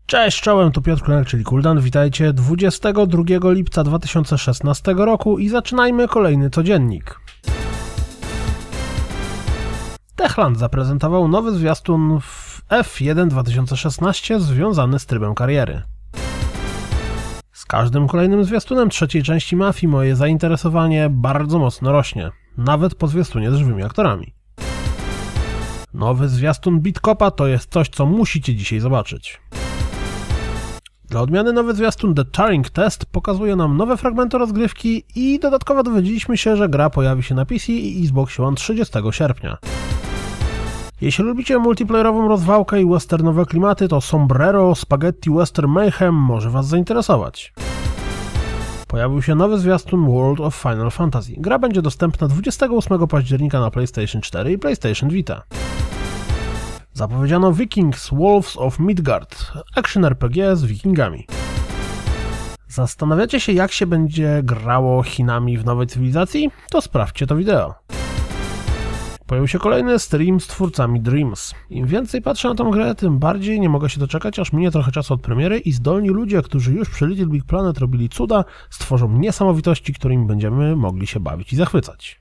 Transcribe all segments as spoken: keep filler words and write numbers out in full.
Cześć, czołem, tu Piotr Klenek, czyli Kuldan. Witajcie dwudziestego drugiego lipca dwa tysiące szesnastego roku i zaczynajmy kolejny codziennik. Techland zaprezentował nowy zwiastun w F jeden dwa tysiące szesnaście związany z trybem kariery. Z każdym kolejnym zwiastunem trzeciej części Mafii moje zainteresowanie bardzo mocno rośnie, nawet po zwiastunie z żywymi aktorami. Nowy zwiastun Beat Copa to jest coś, co musicie dzisiaj zobaczyć. Dla odmiany nowy zwiastun The Turing Test pokazuje nam nowe fragmenty rozgrywki i dodatkowo dowiedzieliśmy się, że gra pojawi się na P C i Xbox One trzydziestego sierpnia. Jeśli lubicie multiplayerową rozwałkę i westernowe klimaty, to Sombrero Spaghetti Western Mayhem może Was zainteresować. Pojawił się nowy zwiastun World of Final Fantasy. Gra będzie dostępna dwudziestego ósmego października na PlayStation cztery i PlayStation Vita. Zapowiedziano Vikings Wolves of Midgard, action R P G z wikingami. Zastanawiacie się, jak się będzie grało Chinami w nowej cywilizacji? To sprawdźcie to wideo. Pojawił się kolejny stream z twórcami Dreams. Im więcej patrzę na tę grę, tym bardziej nie mogę się doczekać, aż minie trochę czasu od premiery i zdolni ludzie, którzy już przy Little Big Planet robili cuda, stworzą niesamowitości, którymi będziemy mogli się bawić i zachwycać.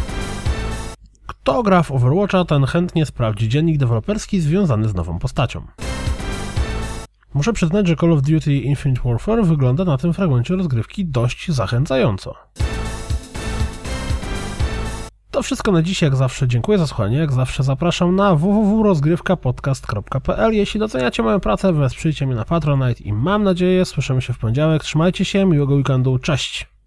Kto gra w Overwatcha, ten chętnie sprawdzi dziennik deweloperski związany z nową postacią. Muszę przyznać, że Call of Duty Infinite Warfare wygląda na tym fragmencie rozgrywki dość zachęcająco. To wszystko na dziś, jak zawsze dziękuję za słuchanie, jak zawsze zapraszam na w w w kropka rozgrywka podcast kropka p l. Jeśli doceniacie moją pracę, wesprzyjcie mnie na Patronite i mam nadzieję, słyszymy się w poniedziałek. Trzymajcie się, miłego weekendu, cześć!